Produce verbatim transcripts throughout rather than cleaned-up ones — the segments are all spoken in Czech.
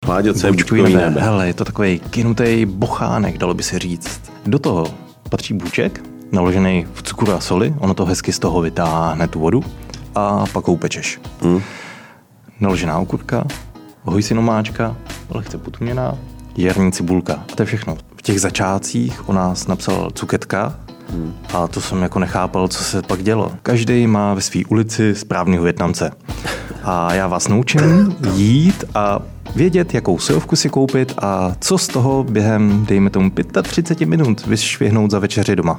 Láďo, co je bučkový nebe? Hele, je to takový kynutý bochánek, dalo by se říct. Do toho patří bůček, naložený v cukru a soli, ono to hezky z toho vytáhne tu vodu a pak ho upečeš. Hmm. Naložená okurka, hojsinomáčka, lehce potměná, jarní cibulka. A to je všechno. V těch začátcích u nás napsal Cuketka hmm. a to jsem jako nechápal, co se pak dělo. Každý má ve své ulici správného Vietnamce. A já vás naučím jít a vědět, jakou sojovku si koupit a co z toho během, dejme tomu, třicet pět minut vyšvihnout za večeři doma.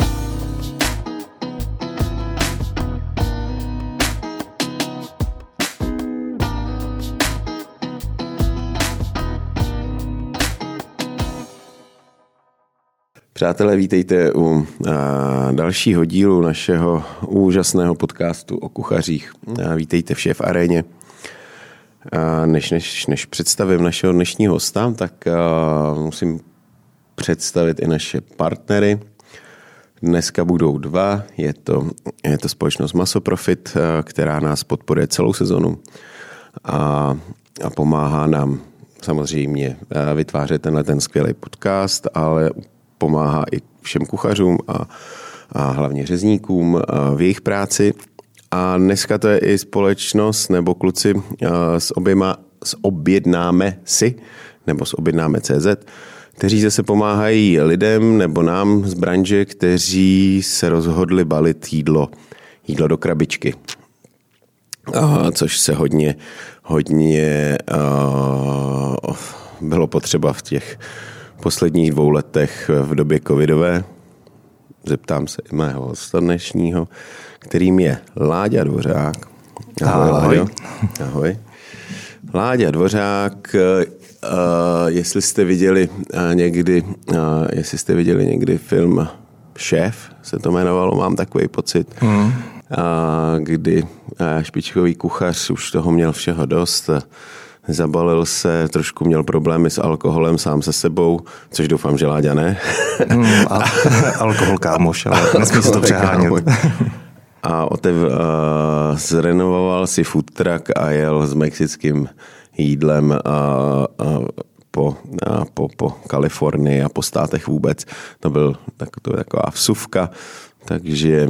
Přátelé, vítejte u a, dalšího dílu našeho úžasného podcastu o kuchařích. A vítejte v Šéf Aréně. A než, než, než představím našeho dnešního hosta, tak a, musím představit i naše partnery. Dneska budou dva. Je to, je to společnost Masoprofit, a, která nás podporuje celou sezonu a, a pomáhá nám samozřejmě vytvářet tenhle ten skvělý podcast, ale pomáhá i všem kuchařům a, a hlavně řezníkům v jejich práci. A dneska to je i společnost nebo kluci s oběma s objednáme si nebo s objednáme tečka cé zet, kteří zase pomáhají lidem nebo nám z branže, kteří se rozhodli balit jídlo, jídlo do krabičky. A, což se hodně, hodně a, bylo potřeba v těch posledních dvou letech v době covidové. Zeptám se i mého hosta dnešního, kterým je Láďa Dvořák. Ahoj, Ahoj. Láďo. Ahoj. Láďa Dvořák, uh, jestli jste viděli uh, někdy, uh, jestli jste viděli někdy film Šéf, se to jmenovalo, mám takový pocit, mm. uh, kdy uh, špičkový kuchař už toho měl všeho dost. Zabalil se, trošku měl problémy s alkoholem sám se sebou, což doufám, že Láďa ne. Mm, a, alkohol kámoš, ale nesmí se to přehánět. A otev uh, zrenovoval si food truck a jel s mexickým jídlem uh, uh, po, uh, po, po Kalifornii a po státech vůbec. To byl tak, to taková vsuvka, takže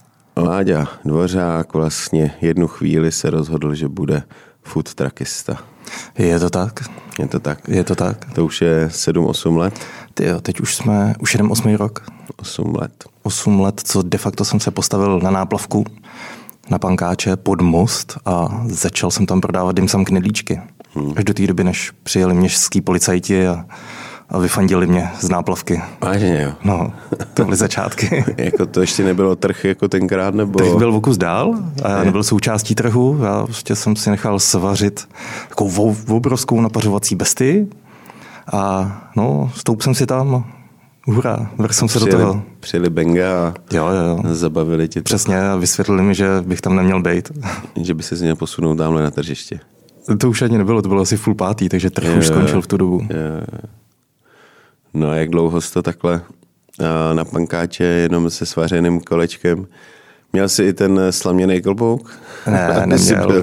Láďa Dvořák vlastně jednu chvíli se rozhodl, že bude food truckista. Je to tak? Je to tak. Je to tak. To už je sedm osm let? Ty jo, teď už jsme, už jedem osmý rok. osm let. osm let, co de facto jsem se postavil na náplavku, na pankáče pod most a začal jsem tam prodávat dimsum knedlíčky. Hmm. Až do té doby, než přijeli městský policajti a, a vyfandili mě z náplavky. Vážně jo? No, to byly začátky. Jako to ještě nebylo trh jako tenkrát, nebo? Trh byl o kus dál a já nebyl součástí trhu. Já prostě jsem si nechal svařit takovou obrovskou napařovací bestii a no, stoup jsem si tam. Hurá, vrch jsem se přijeli, do toho. Přijeli benga a jo, jo. zabavili tě. Přesně a vysvětlili mi, že bych tam neměl být. Že by se měl posunout tamhle na tržiště. To už ani nebylo, to bylo asi full pátý, takže trh je, už skončil v tu dobu. Je. No a jak dlouho jsi to takhle na pankáče jenom se svařeným kolečkem? Měl jsi i ten slaměný klobouk? Ne, neměl.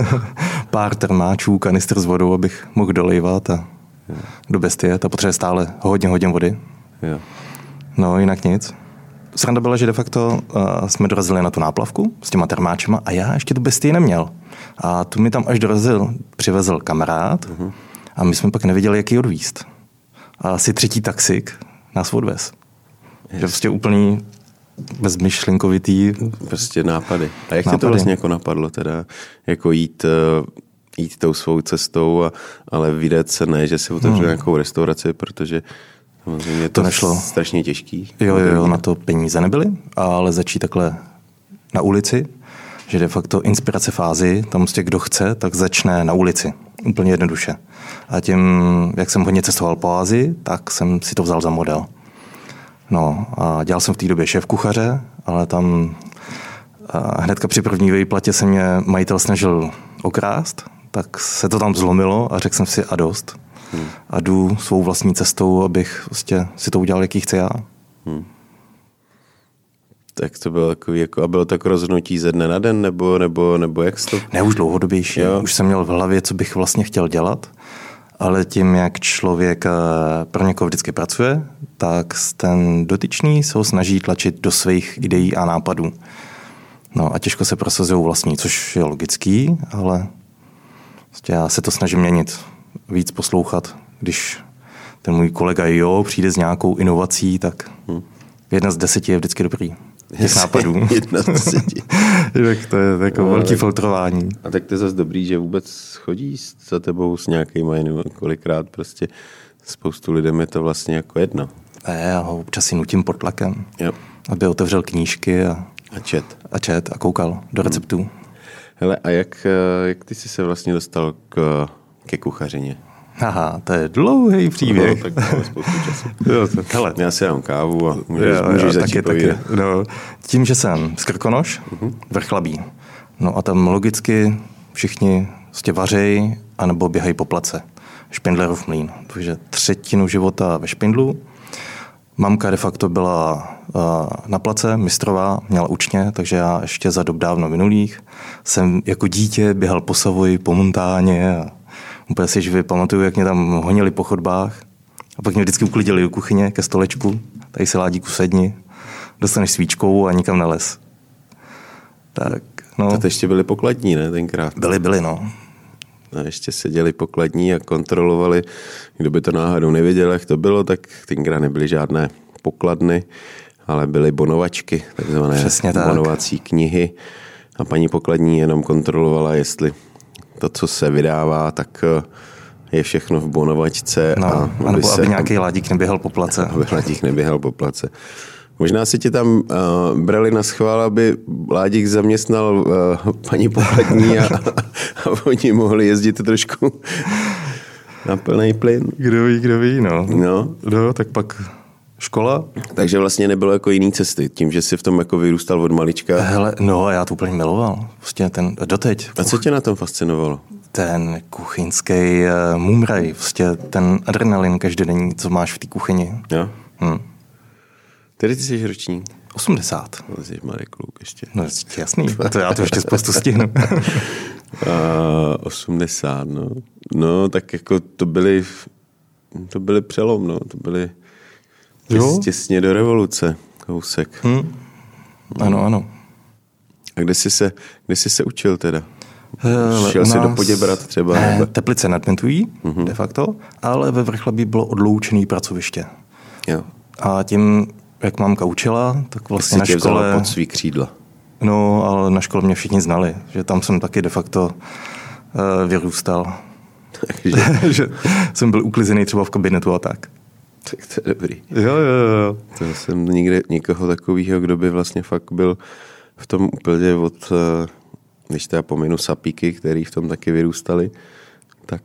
Pár trmáčů, kanistr s vodou, abych mohl dolejvat a jo. do bestie. Ta potřebuje stále hodně, hodně vody. Jo. No, jinak nic. Sranda byla, že de facto uh, jsme dorazili na tu náplavku s těma termáčema a já ještě tu bestii neměl. A tu mi tam až dorazil, přivezl kamarád uh-huh. a my jsme pak nevěděli, jak ji odvízt. A asi třetí taxik nás odvez. Yes. Že prostě úplný bezmyšlenkovitý. Prostě nápady. A jak nápady. Tě to vlastně jako napadlo teda? Jako jít, jít tou svou cestou, a, ale vydat se ne, že si otevřel hmm. nějakou restauraci, protože samozřejmě to, to nešlo. Strašně těžký. Jo, jo, jo, na to peníze nebyly, ale začít takhle na ulici, že de facto inspirace fázi, tam prostě kdo chce, tak začne na ulici. Úplně jednoduše. A tím, jak jsem hodně cestoval po Asii, tak jsem si to vzal za model. No a dělal jsem v té době šéf kuchaře, ale tam hnedka při první výplatě se mě majitel snažil okrást, tak se to tam zlomilo a řekl jsem si a dost. Hmm. A jdu svou vlastní cestou, abych vlastně si to udělal, jaký chci já. Hmm. Tak to bylo takový, jako, a bylo tak rozhodnutí ze dne na den, nebo, nebo, nebo jak to? Ne, už dlouhodobější. Jo. Už jsem měl v hlavě, co bych vlastně chtěl dělat. ale tím, jak člověk pro někoho vždycky pracuje, tak ten dotyčný se ho snaží tlačit do svých ideí a nápadů. No a těžko se prosazují vlastní, což je logický, ale prostě já se to snažím měnit, víc poslouchat. Když ten můj kolega jo, přijde s nějakou inovací, tak jedna z deseti je vždycky dobrý. Těch nápadů. Jedna z deseti. Tak to je jako no, velký tak, filtrování. A tak to je zase dobrý, že vůbec chodí za tebou s nějakýma jinými. Kolikrát prostě spoustu lidem je to vlastně jako jedno. Ne, já ho občas si nutím pod tlakem. Jo. Aby otevřel knížky a, a čet. A čet a koukal do receptů. Hmm. Hele, a jak, jak ty jsi se vlastně dostal k, ke kuchařině? Aha, to je dlouhý příběh. No, tak máme spoustu času. Jo, to, hele. Já si dám kávu a můžeš, jo, můžeš jo, začít taky, povídat. taky. No, tím, že jsem z Krkonoš, uh-huh. Vrchlabí. No a tam logicky všichni prostě vařejí anebo běhají po place. Špindlerův mlýn. Takže třetinu života ve Špindlu. Mamka de facto byla uh, na place, mistrová, měla učně, takže já ještě za dob dávno minulých jsem jako dítě běhal po Savoji, po Montáně a úplně si živě pamatuju, jak mě tam honili po chodbách a pak mě vždycky uklidili do kuchyně ke stolečku, tady se ládíku sedni, dostaneš svíčkou a nikam nelez. Tak, no. To ještě byli pokladní, ne, tenkrát? Byli, byli, no. A ještě seděli pokladní a kontrolovali, kdo by to náhodou nevěděl, jak to bylo, tak tenkrát nebyly žádné pokladny, ale byly bonovačky, takzvané Přesně tak. Bonovací knihy a paní pokladní jenom kontrolovala, jestli to, co se vydává, tak je všechno v bonovačce. No, a aby, nebo se, aby nějaký ládík neběhal po place. Aby ládík neběhal po place. Možná si tě tam uh, brali na schvál, aby Ládík zaměstnal uh, paní pokladní a, a oni mohli jezdit trošku na plný plyn. Kdo ví, kdo ví, no. No. No, tak pak škola. Takže vlastně nebylo jako jiný cesty, tím, že jsi v tom jako vyrůstal od malička. Hele, no, já to úplně miloval. Prostě ten, doteď. A co tě na tom fascinovalo? Ten kuchyňský uh, mumraj, prostě ten adrenalin každodenní, co máš v té kuchyni. Jo? Hm. Tedy ty jsi ročník? osmdesát. No, jsi mladý kluk ještě. No, jasný, to já to ještě spoustu stihnu. A osmdesát, no. No, tak jako to byly, to byly přelom, no. To byly těs, těsně do revoluce, kousek. Hmm. Ano, ano. A kde jsi se, kde jsi se učil teda? Hele, šel jsi do Poděbrad třeba? Ne, Teplice nad Mentují, uh-huh. de facto, ale ve Vrchlabí bylo odloučený pracoviště. Jo. A tím, jak mámka učila, tak vlastně na škole... pod svý křídla. No, ale na škole mě všichni znali, že tam jsem taky de facto uh, vyrůstal. Takže že jsem byl uklizený třeba v kabinetu a tak. Tak to je dobrý. Jo, jo, jo. To jsem nikde nikoho takového, kdo by vlastně fakt byl v tom úplně od, když teda pominu sapíky, který v tom taky vyrůstali, tak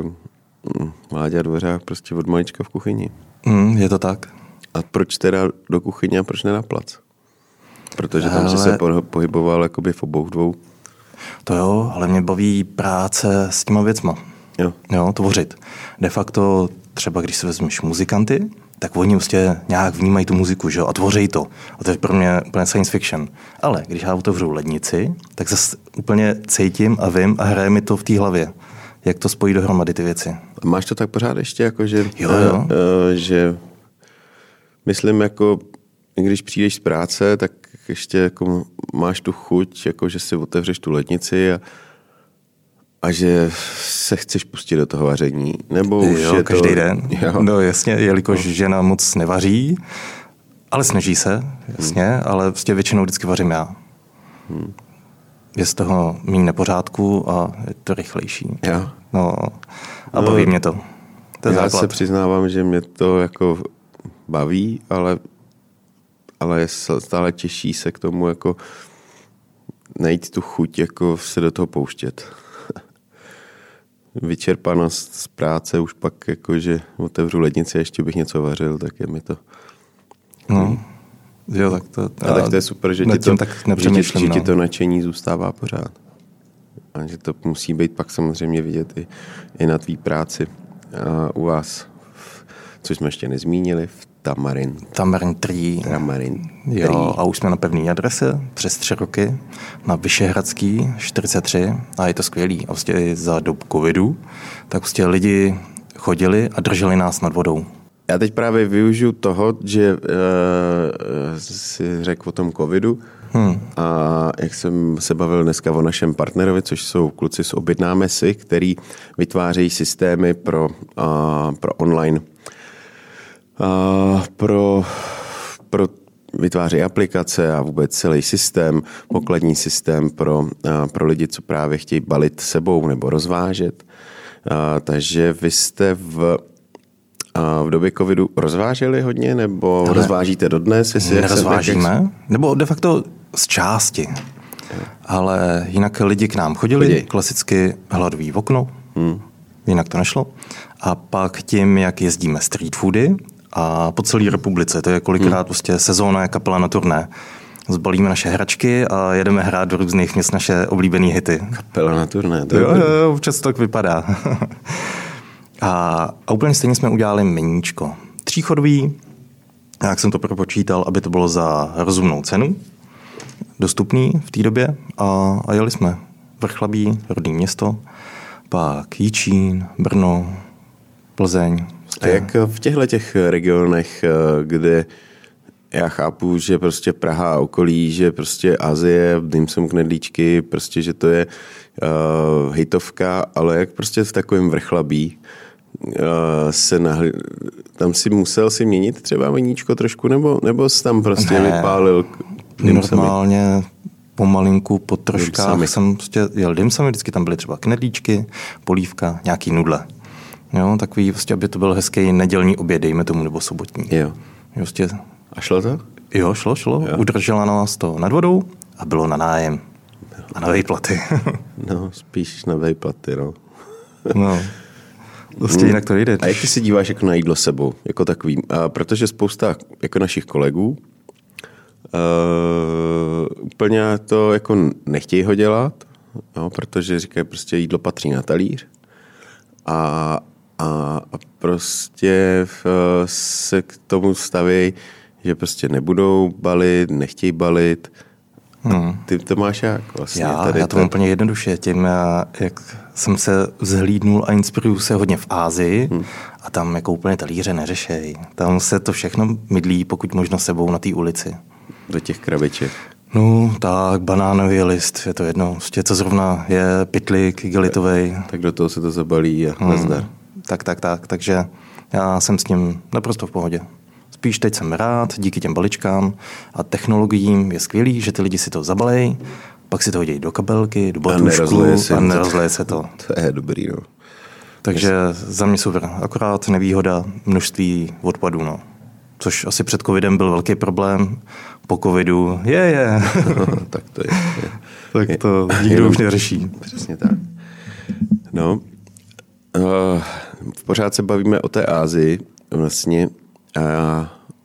uh, Láďa Dvořák prostě od malička v kuchyni. Mm, je to tak. A proč teda do kuchyně a proč ne na plac? Protože tam ale... se pohyboval jakoby v obou dvou. To jo, ale mě baví práce s těma věcma. Jo. Jo, tvořit. De facto třeba, když si vezmeš muzikanty, tak oni prostě nějak vnímají tu muziku, že jo, a tvoří to. A to je pro mě úplně science fiction. Ale když já otevřu lednici, tak zase úplně cítím a vím a hraje mi to v té hlavě. Jak to spojí dohromady ty věci. A máš to tak pořád ještě, jako že... Jo, jo. Uh, uh, že myslím, jako když přijdeš z práce, tak ještě jako máš tu chuť, jako že si otevřeš tu lednici a, a že se chceš pustit do toho vaření. Nebo už jo, je každý to... den. Jo. No jasně, jelikož no. žena moc nevaří, ale snaží se, jasně, hmm. ale prostě většinou vždycky vařím já. Hmm. Je z toho méně nepořádku a je to rychlejší. Jo. No a baví no, mě to. To je já základ. se přiznávám, že mě to jako baví, ale, ale je stále těžší se k tomu jako najít tu chuť, jako se do toho pouštět. Vyčerpanost z práce už pak jako, že otevřu lednici a ještě bych něco vařil, tak je mi to... No, jo, tak to... A tak to je super, že ti to, tak že ti, že ti to nadšení zůstává pořád. A že to musí být pak samozřejmě vidět i, i na tvý práci a u vás, což jsme ještě nezmínili, v Tamarin. Tamarin tři. Tamarin. Jo, a už jsme na pevné adrese přes tři roky na Vyšehradský čtyřicet tři a je to skvělý. A vlastně za dob covidu, tak vlastně lidi chodili a drželi nás nad vodou. Já teď právě využiju toho, že uh, si řekl o tom covidu hmm. a jak jsem se bavil dneska o našem partnerovi, což jsou kluci z Objednáme si, který vytvářejí systémy pro, uh, pro online, uh, pro, pro vytvářejí aplikace a vůbec celý systém, pokladní systém pro, uh, pro lidi, co právě chtějí balit sebou nebo rozvážet. Uh, takže vy jste v A v době covidu rozváželi hodně, nebo Ale rozvážíte dodnes? Jestli nerozvážíme, jak... nebo de facto z části. Ale jinak lidi k nám chodili, Chodí. klasicky hladový v okno, hmm. jinak to nešlo. A pak tím, jak jezdíme street foody a po celé republice, to je kolikrát hmm. prostě sezóna, kapela na turné. Zbalíme naše hračky a jedeme hrát do různých měst naše oblíbené hity. Kapela na turné. To jo, jo, občas to tak vypadá. A, a úplně stejně jsme udělali meníčko. Tříchodový, jak jsem to propočítal, aby to bylo za rozumnou cenu, dostupný v té době. A, a jeli jsme Vrchlabí, rodné město, pak Jičín, Brno, Plzeň. A jak v těchto těch regionech, kde já chápu, že prostě Praha a okolí, že prostě Asie, dým jsem knedlíčky, prostě, že to je uh, hejtovka, ale jak prostě v takovém Vrchlabí uh, se nahl... tam si musel si měnit třeba meníčko trošku, nebo, nebo jsi tam prostě ne, vypálil normálně pomalinku po troškách jsem prostě jel dimsami, vždycky tam byly třeba knedlíčky, polívka, nějaký nudle. Jo, takový, prostě, aby to byl hezký nedělní oběd, dejme tomu, nebo sobotní. Jo. Prostě... A šlo to? Jo, šlo, šlo. Jo. Udržela nás to nad vodou a bylo na nájem. A na vejplaty. No, spíš na vejplaty, no. No, prostě jinak to jde. A jak ty si díváš jako na jídlo sebou, jako takový? A protože spousta jako našich kolegů uh, úplně to jako nechtějí ho dělat, no, protože říkají, prostě jídlo patří na talíř. A, a, a prostě v, se k tomu staví, že prostě nebudou balit, nechtějí balit. Hmm. Ty to máš jak vlastně? Já, tady já to mám úplně jednoduše. Tím, jak jsem se vzhlídnul a inspiruju se hodně v Ázii hmm. a tam jako úplně talíře neřešej. Tam se to všechno mydlí, pokud možno sebou na té ulici. Do těch krabiček. No, tak banánový list, je to jedno. Prostě co zrovna je pytlík, igelitovej. Tak do toho se to zabalí a hmm. nazdar. Tak, tak, tak. Takže já jsem s tím naprosto v pohodě. Spíš teď jsem rád, díky těm baličkám a technologiím je skvělý, že ty lidi si to zabalejí, pak si to hodí do kabelky, do batušku a nerozleje se to. To je dobrý, no. Takže za mě super. Akorát nevýhoda množství odpadů, no. Což asi před covidem byl velký problém. Po covidu je, je. Tak to je. je. Tak to je, nikdo už neřeší. Přesně tak. No, uh, pořád se bavíme o té Asii. Vlastně a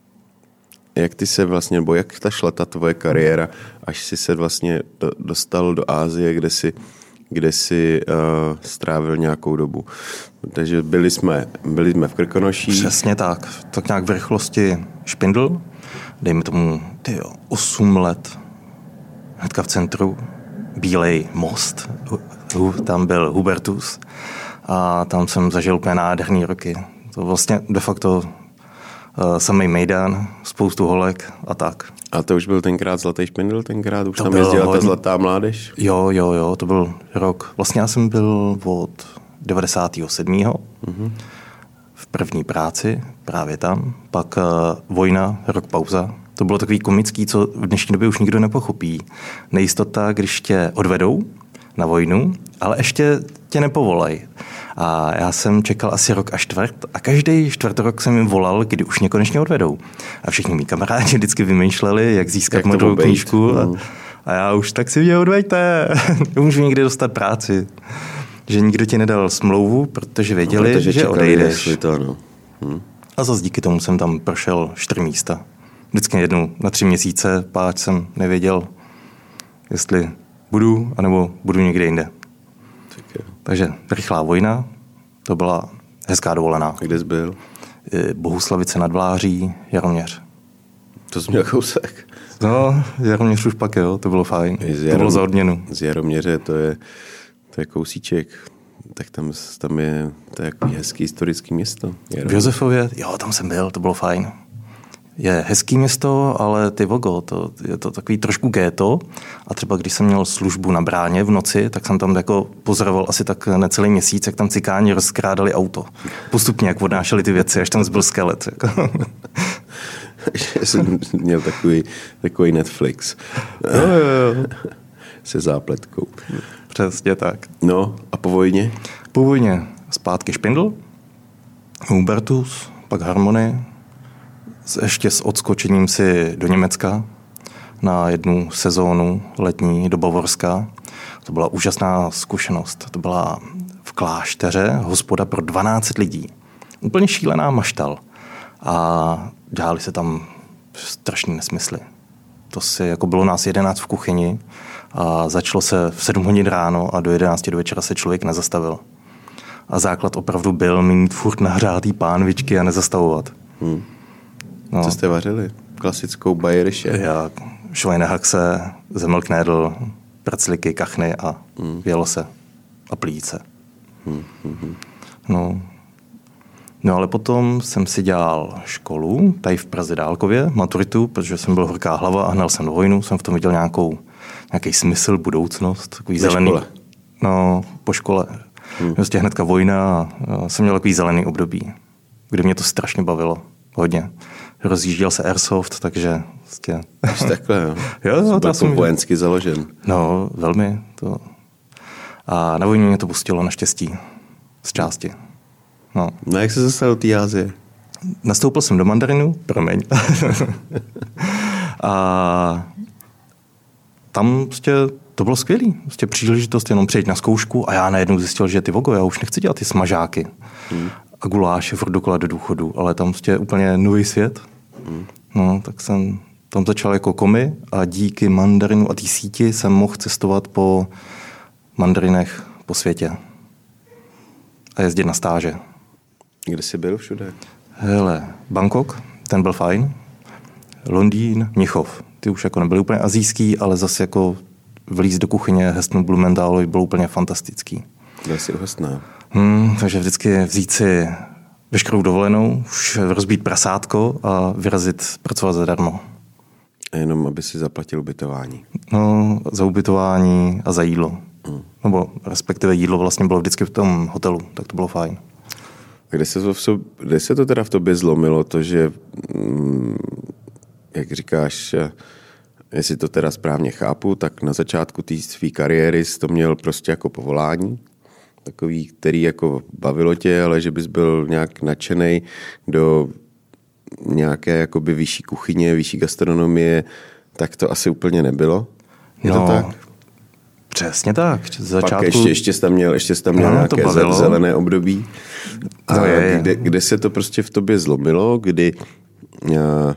jak ty se vlastně, nebo jak ta šla ta tvoje kariéra, až jsi se vlastně do, dostal do Asie, kde jsi, kde jsi uh, strávil nějakou dobu. Takže byli jsme, byli jsme v Krkonoší. Přesně tak. Tak nějak v rychlosti Špindl. Dejme tomu tyjo, osm let. Hnedka v centru. Bílej most. Tam byl Hubertus. A tam jsem zažil úplně nádherný roky. To vlastně de facto Uh, samý mejdan, spoustu holek a tak. A to už byl tenkrát Zlatý Špindl, tenkrát už to tam jezdila hodně... ta zlatá mládež? Jo, jo, jo, to byl rok. Vlastně já jsem byl od devadesátého sedmého Mm-hmm. v první práci, právě tam. Pak uh, vojna, rok pauza. To bylo takový komický, co v dnešní době už nikdo nepochopí. Nejistota, když tě odvedou na vojnu, ale ještě tě nepovolají. A já jsem čekal asi rok a čtvrt a každý čtvrt rok jsem jim volal, kdy už mě konečně odvedou. A všichni mý kamarádi vždycky vymýšleli, jak získat jak modrou knížku. A, a já už tak si mě odveďte, můžu někdy dostat práci. Že nikdo ti nedal smlouvu, protože věděli, no, protože že odejdeš. To, no. hm. A zase díky tomu jsem tam prošel čtyři místa. Vždycky jednou na tři měsíce, páč jsem nevěděl, jestli budu, anebo budu někde jinde. Takže rychlá vojna, to byla hezká dovolená. Kde jsi byl? Bohuslavice nad Vláří, Jaroměř. To jsi měl kousek. No, Jaroměř už pak jo, to bylo fajn. To Jarom... bylo za odměnu. Z Jaroměře to je, to je kousíček. tak tam, tam je to je jako hezký historický město. V Josefově, jo, tam jsem byl, to bylo fajn. Je hezký město, ale ty vogo, to, je to takový trošku ghetto. A třeba když jsem měl službu na bráně v noci, tak jsem tam jako pozoroval asi tak necelý měsíc, jak tam cikáni rozkrádali auto. Postupně, jak odnášeli ty věci, až tam zbyl skelet. Jako. Jsem měl takový, takový Netflix. Jo, jo, jo. Se zápletkou. Přesně tak. No a po vojně? Po vojně zpátky Špindl, Hubertus, pak Harmony, ještě s odskočením si do Německa na jednu sezónu letní do Bavorska. To byla úžasná zkušenost. To byla v klášteře hospoda pro dvanáct lidí. Úplně šílená maštal. A dělali se tam strašný nesmysly. To si jako bylo nás jedenáct v kuchyni a začalo se v sedm hodin ráno a do jedenácti do večera se člověk nezastavil. A základ opravdu byl mít furt nahřátý pánvičky a nezastavovat. Hmm. No. Co jste vařili? Klasickou Bayerische? Já, Schweinehaxe, Semmelknödel, pracliky, kachny a hmm. jelo se. A plíce. Hmm. Hmm. No. no ale potom jsem si dělal školu, tady v Praze Dálkově, maturitu, protože jsem byl horká hlava a hnal jsem do vojnu, jsem v tom viděl nějakou, nějaký smysl, budoucnost. Takový zelený. Škole? No, po škole. Hmm. Vlastně hnedka vojna a jsem měl takový zelený období, kde mě to strašně bavilo. Hodně. Rozjížděl se Airsoft, takže vlastně... Takhle, jo. jo, jo to jsem vojensky založen. No, velmi. To... A na vojně mě to pustilo naštěstí. Z části. No. no jak se zastal do té Asie? Nastoupil jsem do mandarinu, promiň. A tam prostě to bylo skvělý. Prostě příležitost jenom přejít na zkoušku a já najednou zjistil, že ty vogo, já už nechci dělat ty smažáky. Hmm. A guláše furt dokola do důchodu, ale tam prostě úplně nový svět. Hmm. No, tak jsem tam začal jako komi a díky mandarinu a té síti jsem mohl cestovat po mandarinech po světě. A jezdit na stáže. Kde jsi byl všude? Hele, Bangkok, ten byl fajn. Londýn, Mnichov. Ty už jako nebyly úplně asijský, ale zase jako vlíz do kuchyně Heston Blumenthal byl úplně fantastický. Byl jsi uhostná. Hmm, takže vždycky vzít si veškerou dovolenou, už rozbít prasátko a vyrazit pracovat zadarmo. A jenom, aby si zaplatil ubytování. No, za ubytování a za jídlo. Hmm. Nebo respektive jídlo vlastně bylo vždycky v tom hotelu, tak to bylo fajn. A kde se to, v sob... kde se to teda v tobě zlomilo, to, že, jak říkáš, jestli to teda správně chápu, tak na začátku té své kariéry jsi to měl prostě jako povolání, takový, který jako bavilo tě, ale že bys byl nějak nadšenej do nějaké jakoby vyšší kuchyně, vyšší gastronomie, tak to asi úplně nebylo. Je no, to tak? Přesně tak. Začátku... Pak ještě, ještě jsi tam měl, ještě jsi tam měl no, nějaké zelené období. A no je, kde, kde se to prostě v tobě zlomilo, kdy a,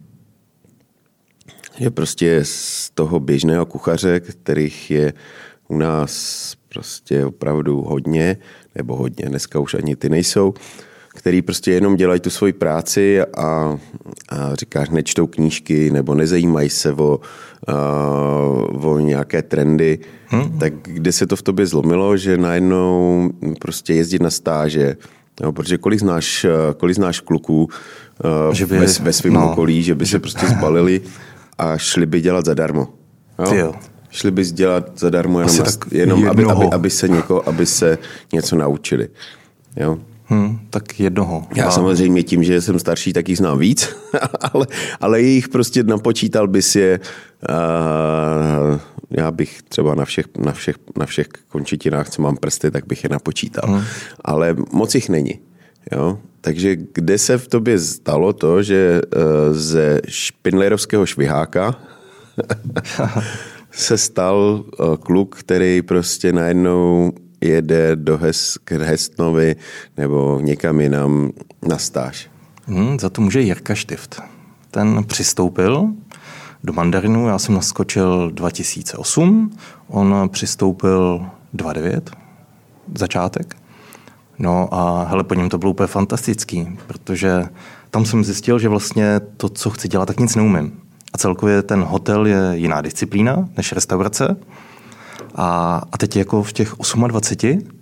je prostě z toho běžného kuchaře, kterých je u nás prostě opravdu hodně, nebo hodně, dneska už ani ty nejsou, který prostě jenom dělají tu svoji práci a, a říkáš, nečtou knížky nebo nezajímají se o, a, o nějaké trendy, hmm. tak kde se to v tobě zlomilo, že najednou prostě jezdit na stáže, jo, protože kolik znáš, kolik znáš kluků že by, ve, ve svém no, okolí, že by že... se prostě zbalili a šli by dělat zadarmo. Jo? Šli bys dělat zadarmo jenom, jenom aby, aby, aby, se něko, aby se něco naučili. Jo? Hmm, tak jednoho. Já a... samozřejmě tím, že jsem starší, tak jich znám víc, ale, ale jich prostě napočítal bys je, uh, já bych třeba na všech, na, všech, na všech končetinách, co mám prsty, tak bych je napočítal. Hmm. Ale moc jich není. Jo? Takže kde se v tobě stalo to, že uh, ze špindlerovského šviháka se stal uh, kluk, který prostě najednou jede do Hes- k Hestnovi nebo někam jinam na stáž. Hmm, za to může Jirka Štift. Ten přistoupil do mandarinu, já jsem naskočil dva tisíce osm, on přistoupil dva tisíce devět, začátek. No a hele, po něm to bylo úplně fantastický, protože tam jsem zjistil, že vlastně to, co chci dělat, tak nic neumím. A celkově ten hotel je jiná disciplína než restaurace. A, a teď jako v těch dvaceti osmi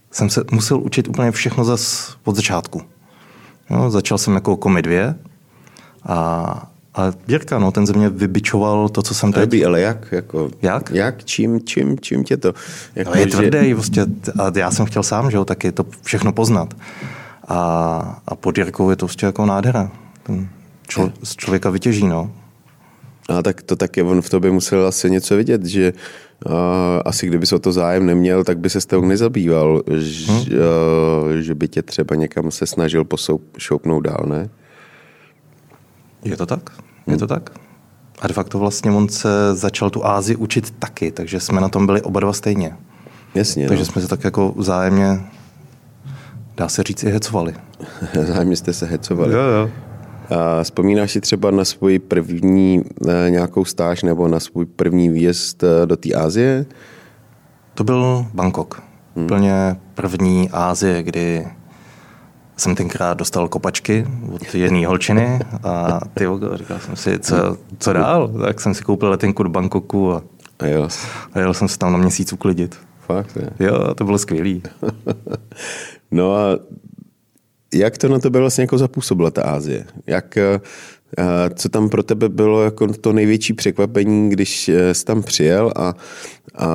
jsem se musel učit úplně všechno zas od začátku. No, začal jsem jako komi dvě a, a Jirka, no, ten ze mě vybičoval to, co jsem teď. Dobrý, ale jak? Jako, jak? Jak? Čím, čím, čím tě to? Jako, no, je tvrdý, vlastně, a já jsem chtěl sám, že jo, taky to všechno poznat. A, a pod Jirkou je to vlastně jako nádhera. Ten člo, z člověka vytěží, no. A tak to taky, on v tobě musel asi něco vidět, že uh, asi kdyby se o to zájem neměl, tak by se s tou nezabýval, hmm. že, uh, že by tě třeba někam se snažil pošoupnout dál, ne? Je to tak, je to tak. A de facto vlastně on se začal tu Ázii učit taky, takže jsme na tom byli oba dva stejně. Jasně. Takže no. jsme se tak jako vzájemně, dá se říct, i hecovali. Vzájemně jste se hecovali. Jo, jo. A vzpomínáš si třeba na svůj první na nějakou stáž nebo na svůj první výjezd do té Asie? To byl Bangkok. Hmm. Úplně první Asie, kdy jsem tenkrát dostal kopačky od jedné holčiny a ty říkal jsem si, co, co dál? Tak jsem si koupil letenku do Bangkoku a, a, jo. a jel jsem se tam na měsíc uklidit. Fakt, je. Jo, to bylo skvělý. No a jak to na tebe vlastně jako zapůsobila ta Asie? Jak, co tam pro tebe bylo jako to největší překvapení, když jsi tam přijel a, a,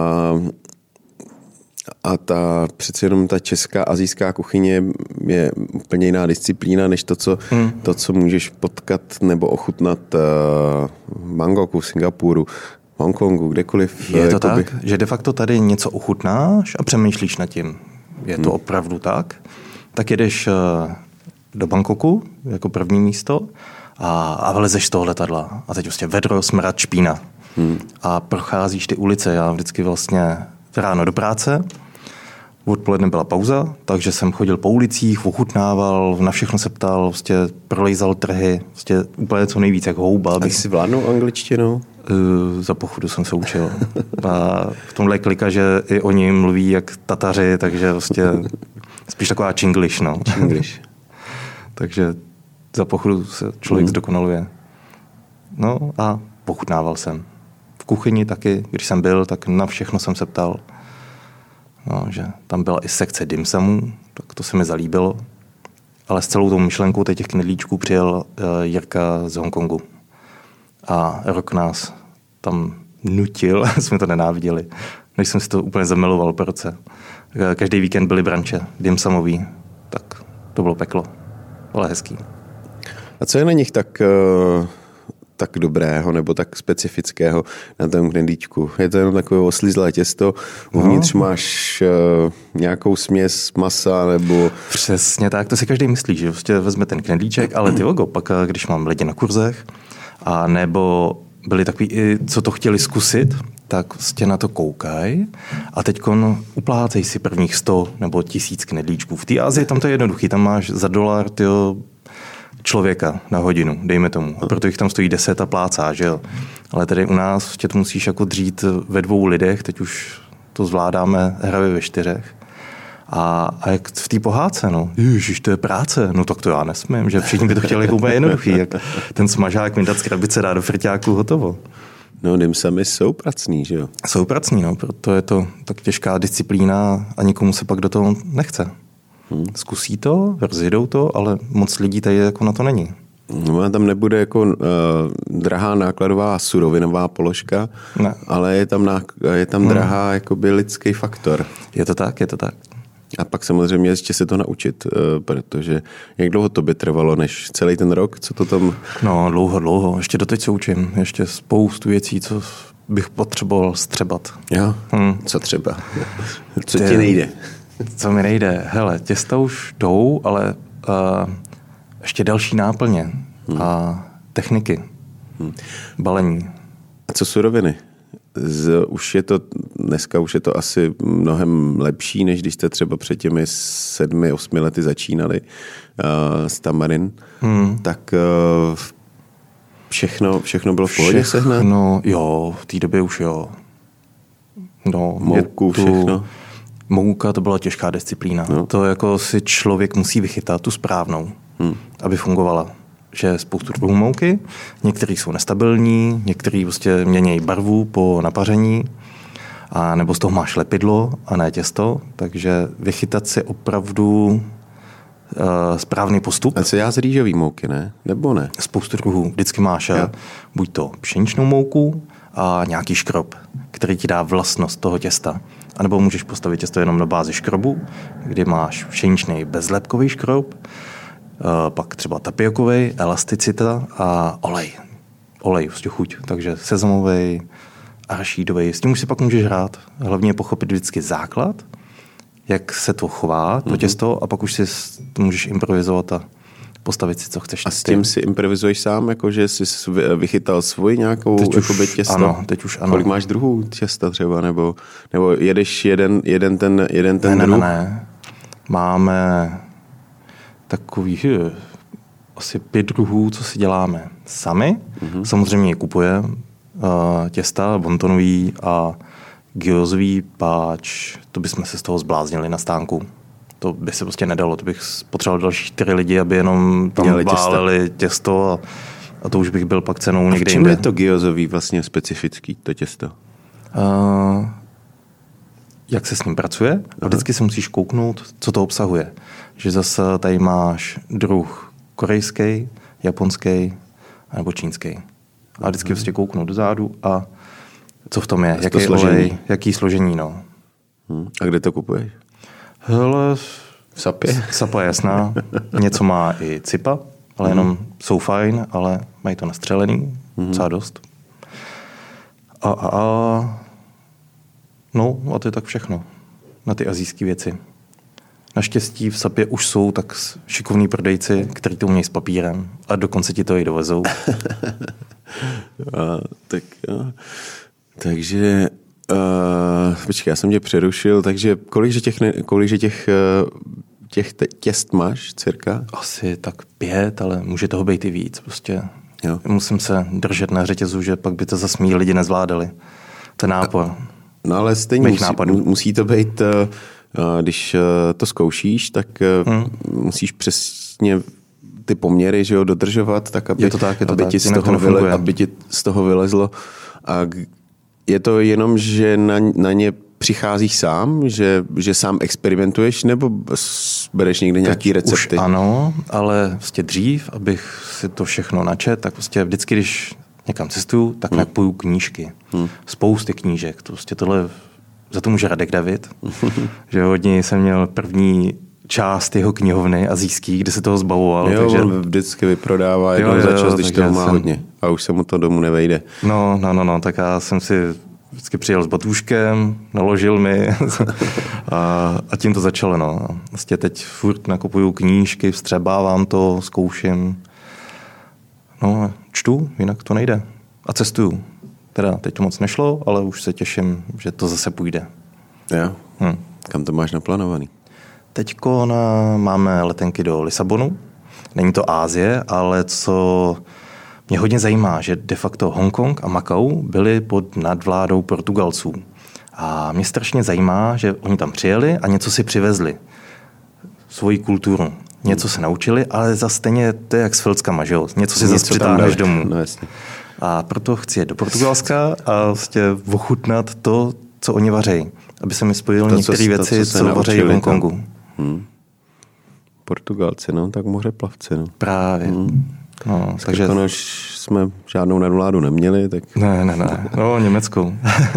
a ta přece jenom ta česká asijská kuchyně je úplně jiná disciplína, než to, co, hmm. to, co můžeš potkat nebo ochutnat v Bangkoku, v Singapuru, v Hongkongu, kdekoliv. Je to jakoby... tak, že de facto tady něco ochutnáš a přemýšlíš nad tím. Je to hmm. opravdu tak? Tak jedeš do Bangkoku jako první místo a, a vlezeš z toho letadla. A teď vlastně vedro, smrad, špína. Hmm. A procházíš ty ulice. Já vždycky vlastně ráno do práce, odpoledne byla pauza, takže jsem chodil po ulicích, ochutnával, na všechno se ptal, vlastně prolejzal trhy, vlastně úplně co nejvíc, jak houba. A jsi vládnou angličtinou? Uh, za pochodu jsem se učil. A v tomhle klika, že i oni mluví jak Tataři, takže vlastně spíš taková činglish, no. Činglish. Takže za pochodu se člověk mm. zdokonaluje. No a pochutnával jsem. V kuchyni taky, když jsem byl, tak na všechno jsem se ptal. No, že tam byla i sekce dimsamů, tak to se mi zalíbilo. Ale s celou tou myšlenkou těch knedlíčků přijel uh, Jirka z Hongkongu. A rok nás tam nutil, jsme to nenáviděli, než jsem si to úplně zamiloval po roce. Každý víkend byly branče, dimsamový, tak to bylo peklo, ale hezký. A co je na nich tak, tak dobrého nebo tak specifického na tom knedlíčku? Je to jenom takové oslizlé těsto, uvnitř no. máš nějakou směs masa nebo... Přesně tak, to si každý myslí, že vlastně vezme ten knedlíček, ale ty ogo, pak když mám lidi na kurzech, a nebo byli takový, co to chtěli zkusit, tak vlastně na to koukají a teď uplácej si prvních sto nebo tisíc knedlíčků. V té Asii tam to je jednoduchý, tam máš za dolar tyjo, člověka na hodinu, dejme tomu. A proto jich tam stojí deset a plácá, že jo. Ale tady u nás vlastně to musíš jako dřít ve dvou lidech, teď už to zvládáme hravě ve čtyřech. A, a jak v té pohádce, no, ježiš, to je práce, no tak to já nesmím, že všichni by to chtěli jako úplně jednoduchý, jak ten smažák vyndat z krabice, dá do frťáku, hotovo. No, dimsamy jsou pracný, že jo? Jsou pracný, no, proto je to tak těžká disciplína a nikomu se pak do toho nechce. Hmm. Zkusí to, rozjedou to, ale moc lidí tady jako na to není. No, tam nebude jako uh, drahá nákladová surovinová položka, ne. ale je tam, ná- je tam hmm. drahá jakoby lidský faktor. Je to tak, je to tak. A pak samozřejmě ještě se to naučit, protože jak dlouho to by trvalo, než celý ten rok, co to tam... No dlouho, dlouho, ještě doteď se učím, ještě spoustu věcí, co bych potřeboval střebat. Jo, hmm. co třeba? Co Tě, ti nejde? Co mi nejde? Hele, těsta už jdou, ale uh, ještě další náplně hmm. a techniky, hmm. balení. A co suroviny? Z, už je to, dneska už je to asi mnohem lepší, než když jste třeba před těmi sedmi, osmi lety začínali uh, s tamarin. Hmm. Tak uh, všechno, všechno bylo v pohodě sehnat? No jo, v té době už jo. No, Mouku, tu, všechno? Mouka to byla těžká disciplína. No. To jako si člověk musí vychytat tu správnou, hmm. aby fungovala. Že spoustu druhů mouky, některý jsou nestabilní, některý prostě mění barvu po napaření A nebo z toho máš lepidlo a ne těsto, takže vychytat si opravdu uh, správný postup. A co já z rýžový mouky, ne? Nebo ne? Spoustu druhů. Vždycky máš ja. buď to pšeničnou mouku a nějaký škrob, který ti dá vlastnost toho těsta. A nebo můžeš postavit těsto jenom na bázi škrobu, kdy máš pšeničný bezlepkový škrob, uh, pak třeba tapiokový, elasticita a olej. Olej, prostě chuť. Takže sezamový, arašídový. S tím už si pak můžeš hrát. Hlavně pochopit vždycky základ, jak se to chová, to mm-hmm. těsto, a pak už si můžeš improvizovat a postavit si, co chceš. A s tím si improvizuješ sám, jako že jsi vychytal svůj nějakou teď jakoby, už, těsto? Ano, teď už ano. Kolik máš druhů těsta třeba, nebo, nebo jedeš jeden, jeden ten, jeden ten ne, druh? Ne, ne, ne. Máme takový hm, asi pět druhů, co si děláme sami. Mm-hmm. Samozřejmě je kupujeme. Uh, těsta, bontonový a gyozový páč, to bychom se z toho zbláznili na stánku. To by se prostě nedalo, to bych potřeboval další čtyři lidi, aby jenom tam Dělali váleli těsto, těsto a, a to už bych byl pak cenou někde jinde. A v čem je to gyozový vlastně specifický, to těsto? Uh, jak se s ním pracuje? A vždycky se musíš kouknout, co to obsahuje. Že zase tady máš druh korejský, japonský nebo čínský. A vždycky hmm. prostě kouknu dozadu a co v tom je, jaký olej, jaký složení, no. Hmm. A kde to kupuješ? Hele, v Sapě? Sapa je jasná. Něco má i Cipa, ale jenom hmm. jsou fajn, ale mají to nastřelený, hmm. docela dost. A, a, a no, a to je tak všechno na ty asijské věci. Naštěstí v Sapě už jsou tak šikovní prodejci, kteří to umějí s papírem a dokonce ti to i dovezou. a, tak, a, takže, uh, počkej, já jsem tě přerušil, takže kolikže těch, kolikže těch, těch těst máš cirka? Asi tak pět, ale může toho být i víc. Prostě jo. Musím se držet na řetězu, že pak by to zase mý lidi nezvládali. Ten nápor. A, no ale stejně musí, musí to být... Uh, Když to zkoušíš, tak hmm. musíš přesně ty poměry, že jo, dodržovat, tak aby, je to tak, je to aby, tak. Ti z toho vyle, aby ti z toho vylezlo. A je to jenom, že na, na ně přicházíš sám, že, že sám experimentuješ, nebo bereš někde nějaký recepty? Už ano, ale prostě dřív, abych si to všechno načet, tak prostě vždycky, když někam cestuju, tak hmm. nakupuju knížky. Hmm. Spousty knížek. To prostě tohle... Za to může Radek David, že hodně jsem měl první část jeho knihovny asijský, kde se toho zbavoval. Jo, takže... on vždycky vyprodává jednou za čas, když toho má jsem... hodně. A už se mu to domů nevejde. No, no, no, no, tak já jsem si vždycky přijel s batůžkem, naložil mi a, a tím to začalo. No. Vlastně teď furt nakupuju knížky, vstřebávám to, zkouším. No, čtu, jinak to nejde. A cestuju. Teda teď to moc nešlo, ale už se těším, že to zase půjde. Jo? Hm. Kam to máš naplánovaný? Teďko na, máme letenky do Lisabonu. Není to Asie, ale co mě hodně zajímá, že de facto Hongkong a Macau byly pod nadvládou Portugalců. A mě strašně zajímá, že oni tam přijeli a něco si přivezli. Svoji kulturu. Něco se naučili, ale zase stejně to je jak s filckama, že jo? Něco si zase přitáhneš domů. No, jasně. A proto chci jet do Portugalska a vlastně ochutnat to, co oni vařejí. Aby se mi spojily některé věci, to, co, co vařejí v Hongkongu. Hmm. Portugalci, no, tak mořeplavci, no. Právě. Hmm. No, takže už jsme žádnou nadvládu neměli, tak... Ne, ne, ne. No, německou.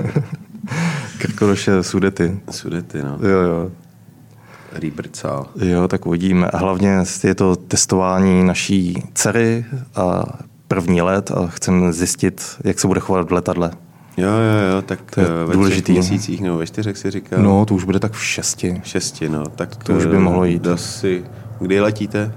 Krkonoše, Sudety. Sudety, no. Jo, jo. Rýbrcal. Jo, tak uvidíme. A hlavně je to testování naší dcery a první let a chceme zjistit, jak se bude chovat v letadle. Jo, jo, jo, tak to je ve důležitý. třech měsících nebo ve čtyřech si říkal. No, to už bude tak v šesti. Šesti, no. Tak to už by mohlo jít. Asi, kdy letíte?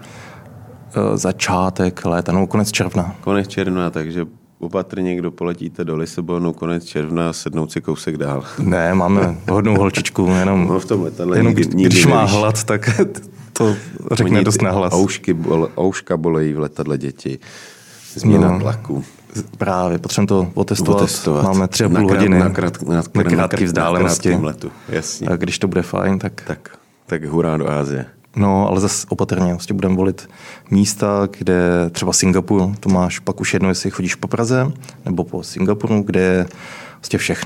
Začátek léta, no konec června. Konec června, takže opatrně, kdo poletíte do Lisabonu, konec června, sednout si kousek dál. Ne, máme hodnou holčičku, jenom, no v tom letadle jenom nikdy, nikdy když má nevíš. Hlad, tak to řekne Oni dost nahlas. Oušky, bole, ouška bolejí v letadle děti. Změna no, tlaku. Právě, potřebujeme to otestovat. otestovat. Máme tři a půl hodiny na, krát, na, na krátké vzdálenosti. Letu. Jasně. A když to bude fajn, tak... Tak, tak hurá do Asie. No, ale zase opatrně. Vlastně budeme volit místa, kde třeba Singapur, to máš pak už jedno, jestli chodíš po Praze, nebo po Singapuru, kde je vlastně všechno.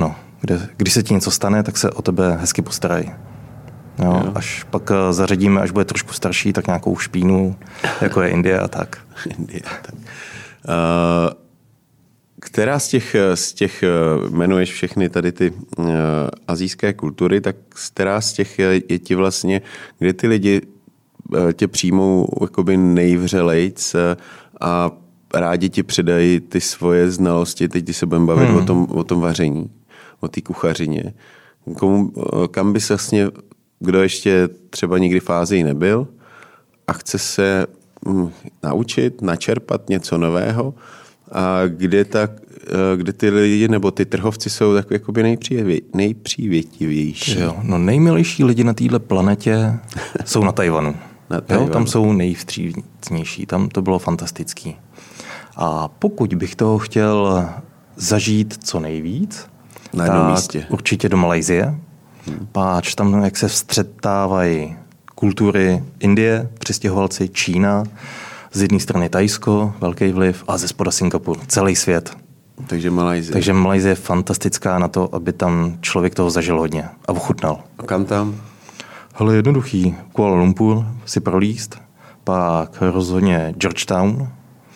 kde když se ti něco stane, tak se o tebe hezky postarají. Jo, jo. Až pak zařadíme, až bude trošku starší, tak nějakou špínu, jako je Indie a tak. Indie, tak. Uh, která z těch, z těch, jmenuješ všechny tady ty uh, asijské kultury, tak která z těch je, je ti vlastně, kde ty lidi uh, tě přijmou jakoby nejvřelejc uh, a rádi ti předají ty svoje znalosti, teď ty se budeme bavit hmm. o tom, o tom vaření, o té kuchařině. Komu, uh, kam bys vlastně, kdo ještě třeba nikdy v Ázii nebyl a chce se um, naučit, načerpat něco nového, a kde, ta, kde ty lidi nebo ty trhovci jsou tak jakoby nejpřívě, nejpřívětivější? Jo, no nejmilejší lidi na této planetě jsou na Tajvanu. Na Tajvanu. Jo, tam jsou nejvstřícnější, tam to bylo fantastický. A pokud bych toho chtěl zažít co nejvíc, na jednom místě. Určitě do Malajsie. Hmm. Páč tam, jak se vstřetávají kultury Indie, přistěhovalci, Čína, z jedné strany Thajsko, velký vliv, a ze spoda Singapur, celý svět. Takže Malajsie. Takže Malajsie je fantastická na to, aby tam člověk toho zažil hodně a ochutnal. A kam tam? Hele, jednoduchý. Kuala Lumpur si prolíst, pak rozhodně Georgetown,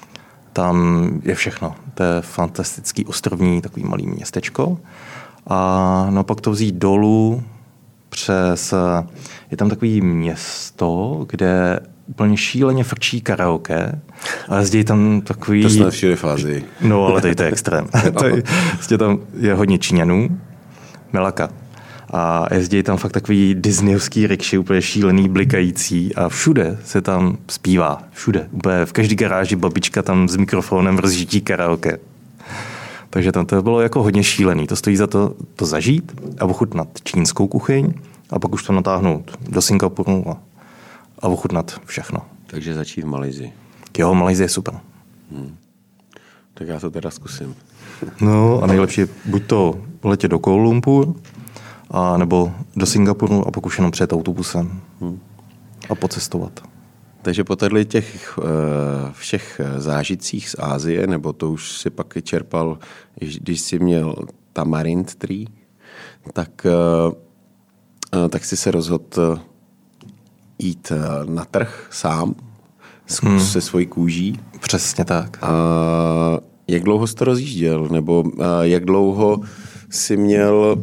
tam je všechno. To je fantastický ostrovní, takový malý městečko. A no pak to vzít dolů přes, je tam takový město, kde úplně šíleně frčí karaoke a jezdí tam takový... To jsme všude v Ázii. No, ale tady to je extrém. Tady, tam je hodně Číňanů, Melaka. A jezdí tam fakt takový disneyovský rikši, úplně šílený, blikající a všude se tam zpívá. Všude. Úplně v každé garáži babička tam s mikrofonem rozžítí karaoke. Takže tam to bylo jako hodně šílený. To stojí za to, to zažít a ochutnat čínskou kuchyň a pak už to natáhnout do Singapuru a a ochutnat všechno. Takže začít v Malajsii. Jo, Malajsie je super. Hmm. Tak já to teda zkusím. No a nejlepší je buď to letět do Kuala Lumpur, a nebo do Singapuru a pak už jenom přijet autobusem hmm. a pocestovat. Takže po tady těch uh, všech zážitcích z Asie, nebo to už si pak čerpal, když jsi měl tamarind tree, tak, uh, uh, tak jsi se rozhodl jít na trh sám, hmm. se svojí kůží. Přesně tak. A jak dlouho jsi to rozjížděl? Nebo jak dlouho jsi měl,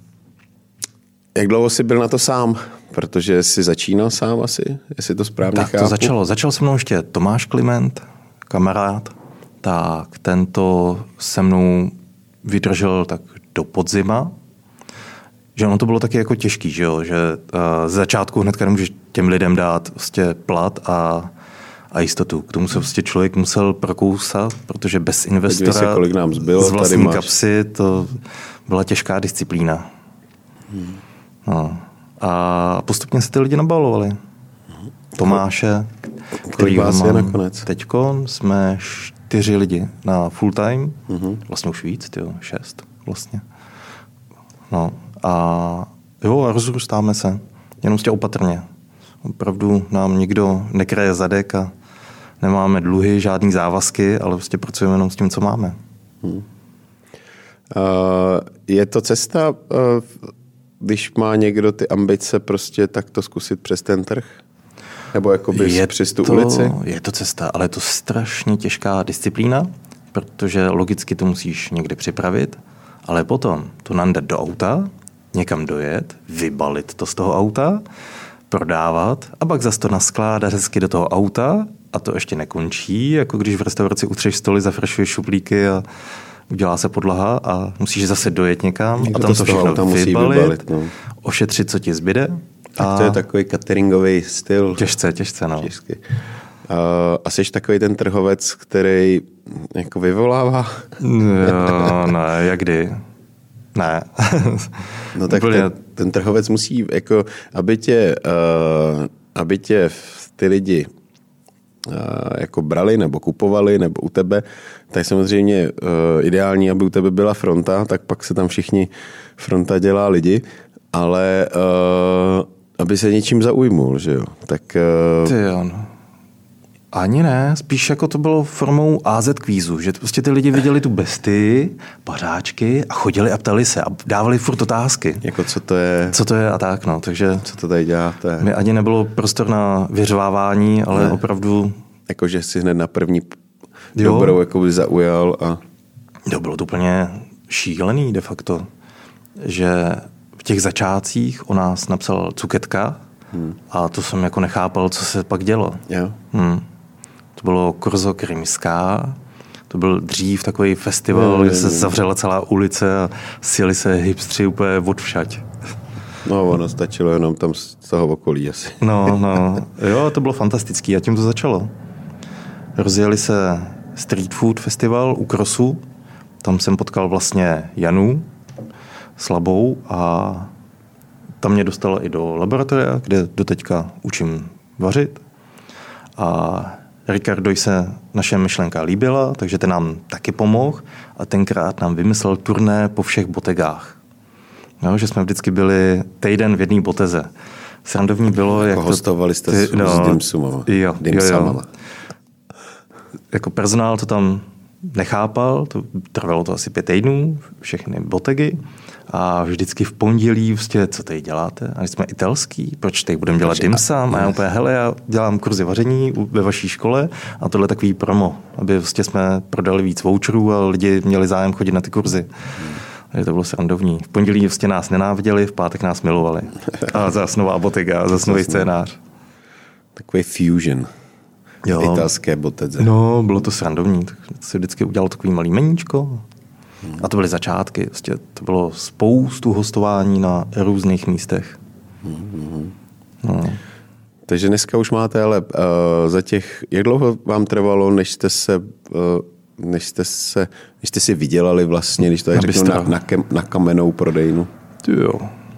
jak dlouho jsi byl na to sám? Protože jsi začínal sám asi, jestli to správně tak chápu. Tak to začalo. Začal se mnou ještě Tomáš Kliment, kamarád. Tak tento se mnou vydržel tak do podzima. Že ono to bylo taky jako těžký, že jo? Že uh, z začátku hnedka nemůžeš těm lidem dát vlastně plat a, a jistotu. K tomu se prostě člověk musel prokousat, protože bez investora se, kolik nám zbylo, z vlastní kapsy to byla těžká disciplína. Hmm. No. A postupně se ty lidi nabalovali. Hmm. Tomáše, kolik vás je nakonec? Teďko jsme čtyři lidi na full time, hmm. vlastně už víc, tyjo, šest vlastně. No. A jo, a rozrůstáme se. Jenom prostě opatrně. Opravdu nám nikdo nekryje zadek a nemáme dluhy, žádný závazky, ale prostě pracujeme jenom s tím, co máme. Hmm. Uh, je to cesta, uh, když má někdo ty ambice prostě tak to zkusit přes ten trh? Nebo jakoby přes tu to, ulici? Je to cesta, ale je to strašně těžká disciplína, protože logicky to musíš někde připravit, ale potom to nandat do auta, někam dojet, vybalit to z toho auta, prodávat a pak zase to naskládat hezky do toho auta a to ještě nekončí, jako když v restauraci utřeš stoly, zafrešuješ šuplíky a udělá se podlaha a musíš zase dojet někam někdo a tam to, to všechno vybalit, vybalit, no. ošetřit, co ti zbyde. Tak a to je takový cateringový styl. Těžce, těžce, no. Těžky. Uh, a jsi takový ten trhovec, který jako vyvolává? Jo, ne, jak kdy. Ne. No tak ten, ten trhovec musí, jako, aby tě, uh, aby tě ty lidi uh, jako brali nebo kupovali nebo u tebe, tak samozřejmě uh, ideální, aby u tebe byla fronta, tak pak se tam všichni, fronta dělá lidi, ale uh, aby se něčím zaujmul, že jo. Tak, uh, Ty jo, no. Ani ne, spíš jako to bylo formou á zet kvízu, že prostě ty lidi viděli tu bestii, pařáčky a chodili a ptali se a dávali furt otázky. Jako co to je? Co to je a tak, no, takže... Co to tady děláte? Mi ani nebylo prostor na vyřvávání, ale ne. opravdu... Jakože si hned na první dobrou jako by zaujal a... Jo, bylo to úplně šílený de facto, že v těch začátcích o nás napsal Cuketka hmm. a to jsem jako nechápal, co se pak dělo. Jo. Hmm. To bylo Korzo Krymská, to byl dřív takový festival, no, kde se zavřela celá ulice a sjeli se hipstři úplně odvšať. No, ono stačilo jenom tam z toho okolí asi. No, no, jo, to bylo fantastický a tím to začalo. Rozjeli se street food festival u Krosu, tam jsem potkal vlastně Janu Slabou a tam mě dostala i do laboratoria, kde doteďka učím vařit. A Ricardo se naše myšlenka líbila, takže ten nám taky pomohl a tenkrát nám vymyslel turné po všech botegách. No, že jsme vždycky byli týden v jedné boteze. Srandovní bylo, jako jak hostovali jste ty, s, no, s dimsumama. Jo, jo, jo. Jako personál to tam nechápal, to trvalo to asi pět týdnů, všechny botegy a vždycky v pondělí vlastně, co tady děláte? A my jsme italský, proč tady budeme dělat dimsum? A já úplně, hele, já dělám kurzy vaření ve vaší škole a tohle je takový promo, aby vlastně jsme prodali víc voucherů a lidi měli zájem chodit na ty kurzy. Hmm. Takže to bylo srandovní. V pondělí vlastně nás nenáviděli, v pátek nás milovali. A zase nová botega, zase nový scénář. Takový fusion. Jo. Italské botedze. No, bylo to srandovní. Tak si vždycky udělal takový malý meníčko. Hmm. A to byly začátky. Vlastně to bylo spoustu hostování na různých místech. Hmm. No. Takže dneska už máte, ale uh, za těch, jak dlouho vám trvalo, než jste se, uh, než jste se, než jste si vydělali vlastně, když to je řeknu, na, na, kem, na kamennou prodejnu? Jo.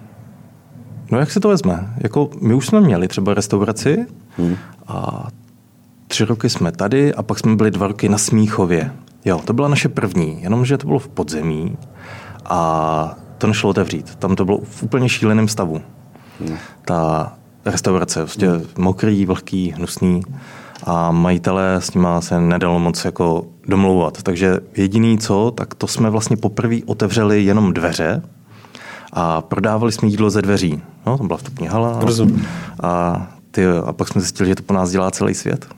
No jak se to vezme? Jako my už jsme měli třeba restauraci hmm. a tři roky jsme tady a pak jsme byli dva roky na Smíchově. Jo, to byla naše první, jenomže to bylo v podzemí a to nešlo otevřít. Tam to bylo v úplně šíleném stavu. Hmm. Ta restaurace, prostě hmm. mokrý, vlhký, hnusný a majitelé s nima se nedalo moc jako domlouvat. Takže jediný co, tak to jsme vlastně poprvé otevřeli jenom dveře a prodávali jsme jídlo ze dveří. No, tam byla vstupní hala. A Tyjo, a pak jsme zjistili, že to po nás dělá celý svět.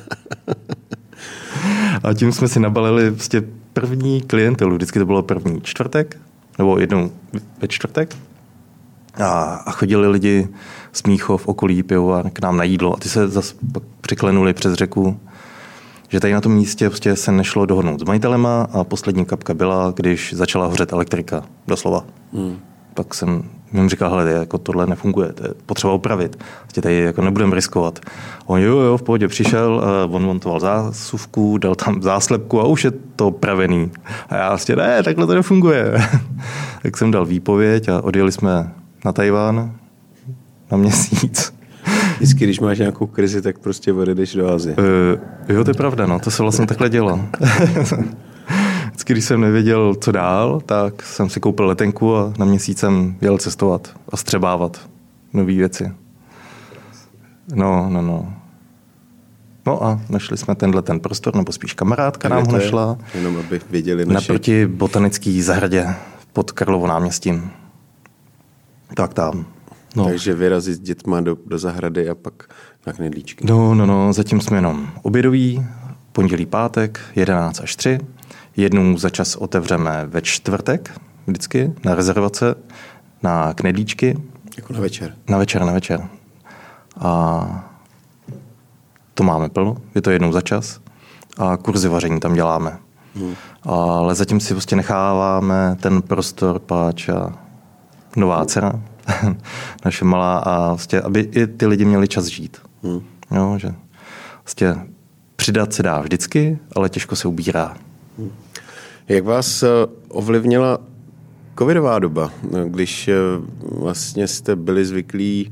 A tím jsme si nabalili prostě první klientelu. Vždycky to bylo první čtvrtek, nebo jednou ve čtvrtek. A, a chodili lidi z Míchov, okolí, pivovar k nám na jídlo. A ty se zase pak přiklenuli přes řeku, že tady na tom místě prostě se nešlo dohodnout s majitelema a poslední kapka byla, když začala hořet elektrika, doslova. Hmm. Pak jsem jim říkal, hele, jako tohle nefunguje, to je potřeba opravit. Vlastně tady jako nebudeme riskovat. On jo, jo, v pohodě přišel, on montoval zásuvku, dal tam záslepku a už je to opravený. A já vlastně, ne, takhle to nefunguje. Tak jsem dal výpověď a odjeli jsme na Tajván na měsíc. Vždycky, když máš nějakou krizi, tak prostě odjedeš do Asie. Uh, jo, to je pravda, no, to se vlastně takhle dělo. Vždycky, když jsem nevěděl, co dál, tak jsem si koupil letenku a na měsíc jsem jel cestovat a střebávat nové věci. No, no, no. No a našli jsme tenhle ten prostor, nebo spíš kamarádka nám ho našla. Jenom aby věděli naši... Naproti botanický zahradě pod Karlovo náměstím. Tak tam. No. Takže vyrazit s dětma do, do zahrady a pak na knedlíčky. No, no, no, zatím jsme jenom obědový, pondělí, pátek, jedenáct až tři. Jednou za čas otevřeme ve čtvrtek, vždycky, na rezervace, na knedlíčky. Jako na večer? Na večer, na večer. A to máme plno, je to jednou za čas. A kurzy vaření tam děláme. Hmm. Ale zatím si prostě necháváme ten prostor, páč a nová dcera, naše malá, a vlastně, aby i ty lidi měli čas žít. Hmm. Jo, že vlastně přidat se dá vždycky, ale těžko se ubírá. Hmm. Jak vás ovlivnila covidová doba, když vlastně jste byli zvyklí,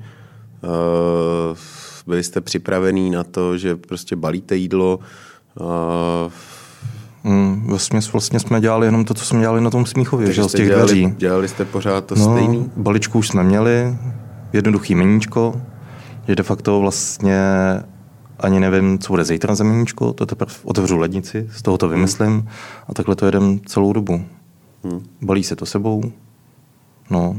byli jste připravení na to, že prostě balíte jídlo? Hmm, vlastně, vlastně jsme dělali jenom to, co jsme dělali na tom Smíchově, že z těch dělali, dveří. Dělali jste pořád to no, stejný? Baličku už jsme měli, jednoduchý meníčko, že de facto vlastně ani nevím, co bude zítra na Zeměníčko, to teprve otevřu lednici, z toho to vymyslím a takhle to jedem celou dobu. Hmm. Balí se to sebou, no.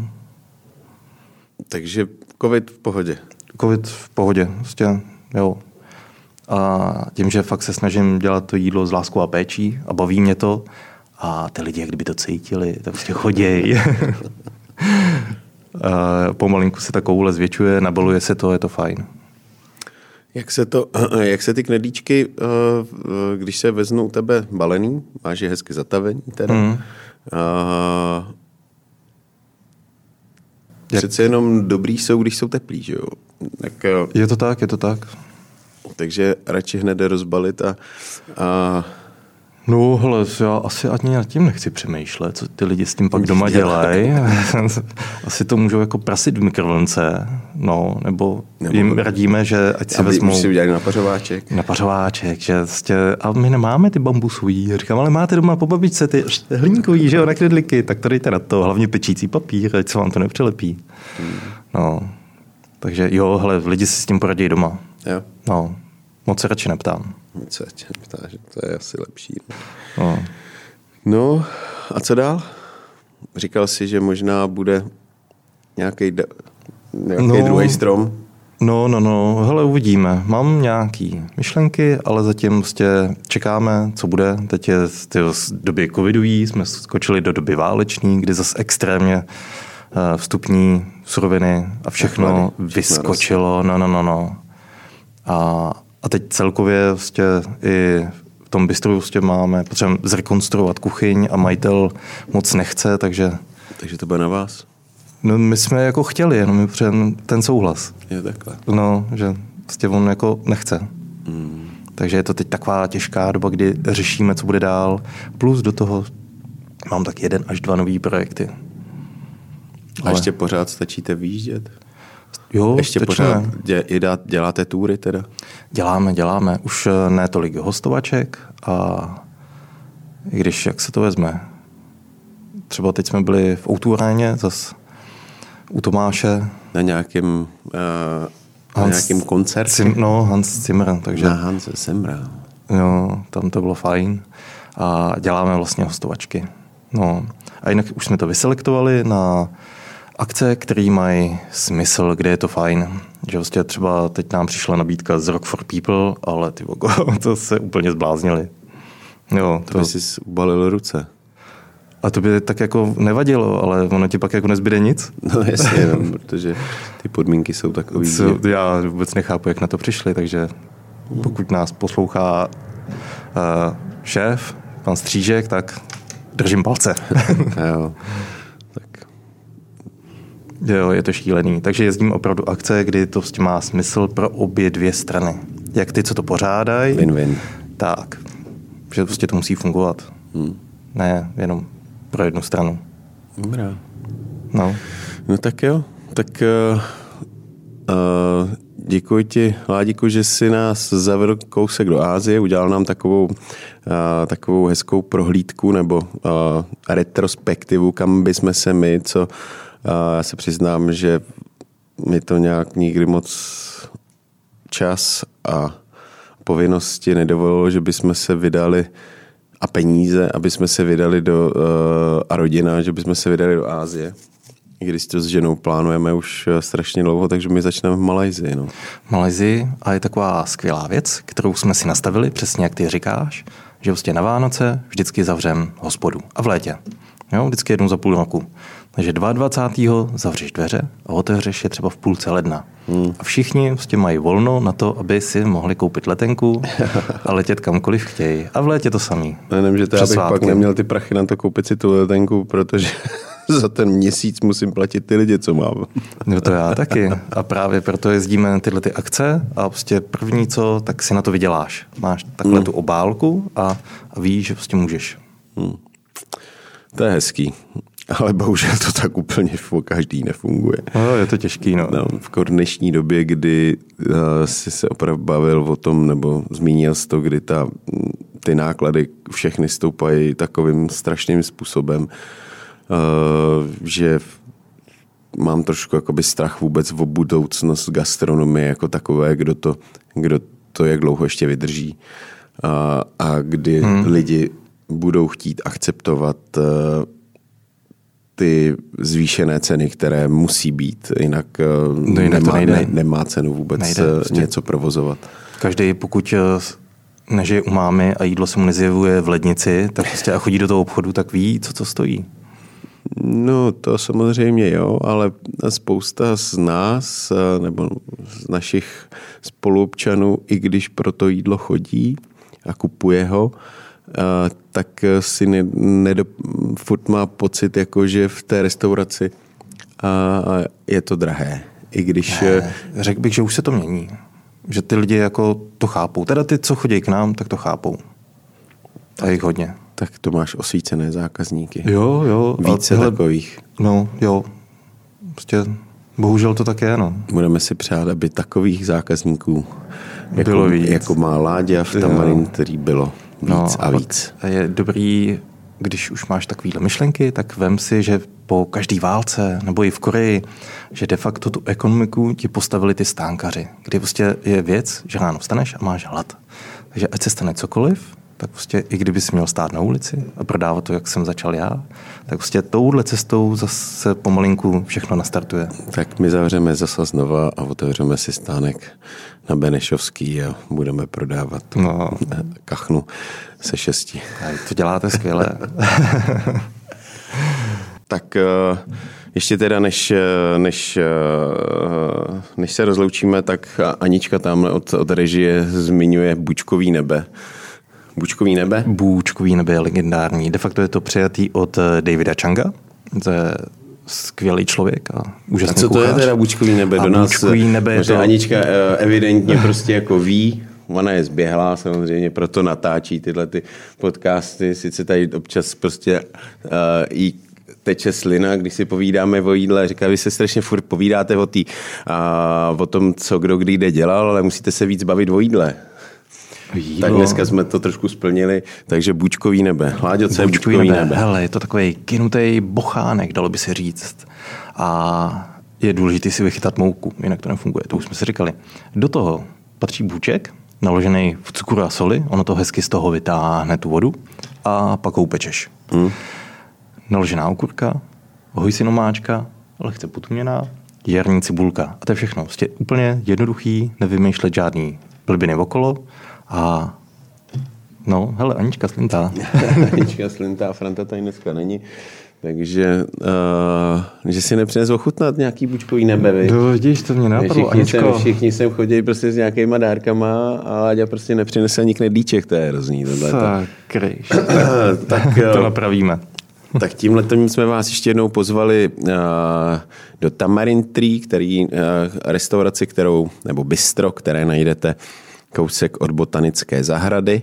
Takže covid v pohodě. Covid v pohodě, prostě, jo. A tím, že fakt se snažím dělat to jídlo s láskou a péčí a baví mě to a ty lidi, jak kdyby to cítili, tak prostě choděj. Pomalinku se ta koule zvětšuje, nabaluje se to, je to fajn. Jak se, to, jak se ty knedlíčky, když se veznou u tebe balený, máš je hezky zatavený teda, mm. a přece jenom dobrý jsou, když jsou teplý, že jo? Tak, je to tak, je to tak. Takže radši hned rozbalit a... a... No, hele, já asi ani nad tím nechci přemýšlet, co ty lidi s tím pak doma dělají. Asi to můžou jako prasit v mikrovlnce, no, nebo, nebo jim radíme, že ať si vezmou... Aby si udělali na pařováček. Na pařováček, že vlastně, a my nemáme ty bambusový. Říkám, ale máte doma po babičce ty hliníkový, že jo, na knedlíky, tak to dejte na to, hlavně pečící papír, ať se vám to nepřelepí. Hmm. No, takže jo, hele, lidi si s tím poradí doma. Jo. No, moc se radši neptám. Moc se radši neptám, že to je asi lepší. No. No, a co dál? Říkal jsi, že možná bude nějaký, da- nějaký no, druhý strom? No, no, no, hele, uvidíme. Mám nějaký myšlenky, ale zatím prostě čekáme, co bude. Teď je z doby covidový, jsme skočili do doby váleční, kdy zase extrémně vstupní suroviny a všechno vyskočilo. No, no, no, no. A, a teď celkově vlastně i v tom bistru vlastně máme, potřebujeme zrekonstruovat kuchyň a majitel moc nechce, takže... Takže to bude na vás? No, my jsme jako chtěli, jenom my potřebujeme ten souhlas. Je takhle. No, že vlastně on jako nechce. Hmm. Takže je to teď taková těžká doba, kdy řešíme, co bude dál. Plus do toho mám tak jeden až dva nový projekty. A ještě pořád stačíte výjíždět? Jo, ještě pořád dě, děláte túry teda? Děláme, děláme. Už ne tolik hostovaček a i když, jak se to vezme, třeba teď jsme byli v O dva Aréně zas u Tomáše. Na nějakém, uh, na Hans, nějakém koncertě? Cim, no, Hans Zimmer. Takže, na Hans Zimmer. Jo, tam to bylo fajn. A děláme vlastně hostovačky. No. A jinak už jsme to vyselektovali na akce, které mají smysl, kde je to fajn. Že vlastně třeba teď nám přišla nabídka z Rock for People, ale ty vogo, to se úplně zbláznili. Jo, to, to by si ubalil ruce. A to by tak jako nevadilo, ale ono ti pak jako nezbyde nic. No jasně, no, protože ty podmínky jsou takový. Co, já vůbec nechápu, jak na to přišli, takže pokud nás poslouchá uh, šéf, pan Střížek, tak držím palce. Jo, tak. Jo, je to šílený. Takže jezdím opravdu akce, kdy to vlastně má smysl pro obě dvě strany. Jak ty, co to pořádají, win-win. Tak, že prostě to musí fungovat. Hmm. Ne jenom pro jednu stranu. Dobrá. No. No tak jo, tak uh, uh, děkuji ti, Ládiku, že jsi nás zavedl kousek do Asie, udělal nám takovou, uh, takovou hezkou prohlídku nebo uh, retrospektivu, kam bychom se my, co uh, já se přiznám, že mi to nějak nikdy moc čas a povinnosti nedovolilo, že bychom se vydali a peníze, aby jsme se vydali do, uh, a rodina, že bychom se vydali do Asie. I když to s ženou plánujeme už strašně dlouho, takže my začneme v Malajsii. No. Malajsii a je taková skvělá věc, kterou jsme si nastavili, přesně jak ty říkáš, že vlastně na Vánoce vždycky zavřem hospodu. A v létě. Jo, vždycky jednou za půl roku. Takže dvacátého druhého zavřeš dveře a otevřeš je třeba v půlce ledna. Hmm. A všichni vlastně mají volno na to, aby si mohli koupit letenku a letět kamkoliv chtějí. A v létě to samý. Nevím, že to já bych svátky. Pak neměl ty prachy na to koupit si tu letenku, protože za ten měsíc musím platit ty lidi, co mám. No to já taky. A právě proto jezdíme na tyhle ty akce a prostě první co, tak si na to vyděláš. Máš takhle hmm. tu obálku a, a víš, že prostě můžeš. Hmm. To je hezký. Ale bohužel to tak úplně každý nefunguje. No, je to těžký, no. no v dnešní době, kdy uh, jsi se opravdu bavil o tom, nebo zmínil jsi to, kdy ta, ty náklady všechny stoupají takovým strašným způsobem, uh, že mám trošku jakoby strach vůbec o budoucnost gastronomie jako takové, kdo to, kdo to, jak dlouho ještě vydrží a, a kdy hmm. lidi budou chtít akceptovat uh, ty zvýšené ceny, které musí být, jinak, uh, no jinak nemá, nejde. ne, nemá cenu vůbec nejde, prostě. něco provozovat. Každý, pokud nežije u mámy a jídlo se mu nezjevuje v lednici, tak prostě a chodí do toho obchodu, tak ví, co to stojí. No to samozřejmě jo, ale spousta z nás nebo z našich spoluobčanů, i když pro to jídlo chodí a kupuje ho, tak si ne, nedo, furt má pocit, jako že v té restauraci je to drahé. I když... Ne, řekl bych, že už se to mění. Že ty lidi jako to chápou. Teda ty, co chodí k nám, tak to chápou. A jich hodně. Tak to máš osvícené zákazníky. Jo, jo. Více hele, takových. No, jo. Prostě bohužel to tak je, no. Budeme si přát, aby takových zákazníků jako, jako má Láďa v Tamarin, který bylo víc no, a víc. A je dobrý, když už máš takovýhle myšlenky, tak vem si, že po každé válce nebo i v Koreji, že de facto tu ekonomiku ti postavili ty stánkaři, kdy prostě je věc, že ráno vstaneš a máš hlad. Takže ať se stane cokoliv, tak prostě i kdybys měl stát na ulici a prodávat to, jak jsem začal já, tak prostě touhle cestou zase pomalinku všechno nastartuje. Tak my zavřeme zase znova a otevřeme si stánek na Benešovský a budeme prodávat no. kachnu se šesti. To děláte skvěle. Tak ještě teda, než, než, než se rozloučíme, tak Anička tamhle od, od režie zmiňuje Bučkový nebe. Bučkový nebe? Bučkový nebe je legendární. De facto je to přijatý od Davida Changa. To je skvělý člověk a úžasný kuchař. A co to kuchař. je teda Bučkový nebe? Do nás, Bučkový nebe je to... Anička evidentně prostě jako ví, ona je zběhlá samozřejmě, proto natáčí tyhle ty podcasty. Sice tady občas prostě uh, jí teče slina, když si povídáme o jídle. Říká, vy se strašně furt povídáte o, tý, uh, o tom, co kdo kdy jde dělal, ale musíte se víc bavit o jídle. Jídlo. Tak dneska jsme to trošku splnili, takže Bučkový nebe. Láďo, co je Bučkový nebe? nebe? Hele, je to takový kynutý bochánek, dalo by se říct. A je důležité si vychytat mouku, jinak to nefunguje, to už jsme si říkali. Do toho patří bůček, naložený v cukru a soli, ono to hezky z toho vytáhne tu vodu a pak ho upečeš. Hmm. Naložená okurka, hojsinomáčka, lehce potuměná, jarní cibulka. A to je všechno. Prostě úplně jednoduchý, nevymýšlet žádný blbiny okolo. A no, hele, Anička slintá. Anička slintá, Franta tady dneska není. Takže, uh, že si nepřines ochutnat nějaký Bučkový nebe, viď? No, vidíš, to mě napadlo, Aničko. Sem, všichni sem chodí prostě s nějakýma dárkama a Láďa prostě nepřinese ani knedlíček, to je hrozný. Tak, kryš. Tak to napravíme. Tak tímhle jsme vás ještě jednou pozvali uh, do Tamarin Tree, který uh, restauraci, kterou, nebo bistro, které najdete kousek od Botanické zahrady.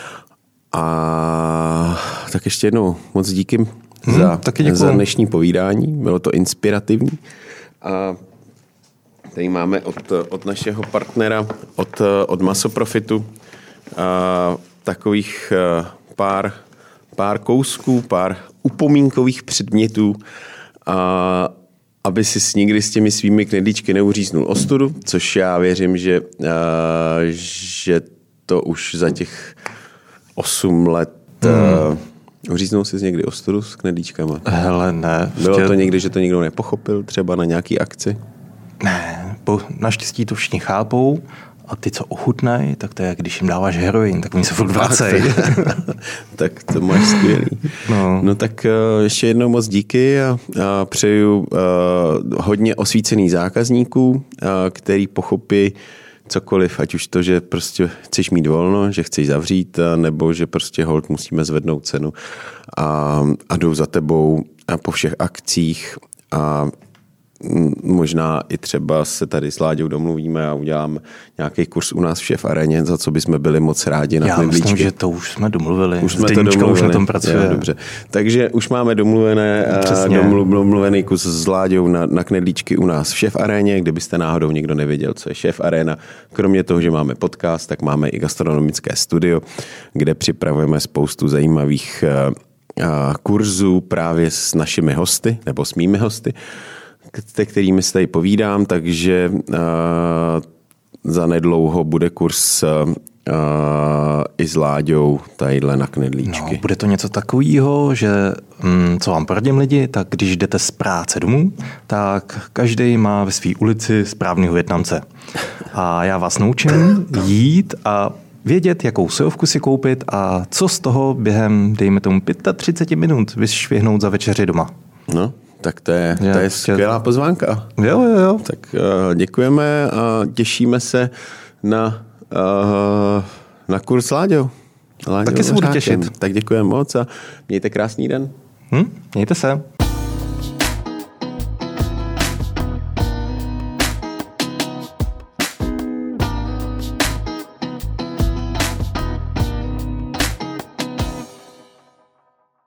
A tak ještě jednou moc díky hmm, za, za dnešní povídání. Bylo to inspirativní. A tady máme od, od našeho partnera, od, od Masoprofitu, a takových pár, pár kousků, pár upomínkových předmětů, a aby si nikdy s těmi svými knedlíčky neuříznul ostudu, což já věřím, že, uh, že to už za těch osm let uh, uříznul jsi někdy ostudu s knedlíčkama? Hele, ne. Bylo to někdy, že to nikdo nepochopil, třeba na nějaký akci? Ne, po, naštěstí to všichni chápou a ty, co ochutnají, tak to je, když jim dáváš heroin, tak oni se furt vracejí. Tak to máš skvělý. No, no tak uh, ještě jednou moc díky a, a přeju uh, hodně osvícených zákazníků, uh, který pochopí cokoliv, ať už to, že prostě chceš mít volno, že chceš zavřít, nebo že prostě hold musíme zvednout cenu a, a jdou za tebou a po všech akcích a možná i třeba se tady s Láďou domluvíme a uděláme nějaký kurz u nás v Šéf Aréně, za co bychom byli moc rádi na knedlíčky. Já myslím, že to už jsme domluvili. Už jsme to domluvili. Už na tom pracuje. Jo, dobře. Takže už máme domluvené, domlu, domluvený kus s Láďou na, na knedlíčky u nás v Šéf Aréně, kdybyste náhodou někdo nevěděl, co je Šéf Aréna. Kromě toho, že máme podcast, tak máme i gastronomické studio, kde připravujeme spoustu zajímavých uh, kurzů právě s našimi hosty, nebo s mými hosty, se kterými se tady povídám, takže uh, za nedlouho bude kurz uh, i s Láďou tadyhle na knedlíčky. No, bude to něco takového, že hm, co vám poradím lidi, tak když jdete z práce domů, tak každý má ve své ulici správného Vietnamce. A já vás naučím jít a vědět, jakou sojovku si koupit a co z toho během, dejme tomu, třicet pět minut vyšvihnout za večeři doma. No, tak to je, to je skvělá pozvánka. Jo, jo, jo. Tak uh, děkujeme a těšíme se na, uh, na kurz s Láďou. Láďou Taky se budu těšit. Tak děkujeme moc a mějte krásný den. Hm? Mějte se.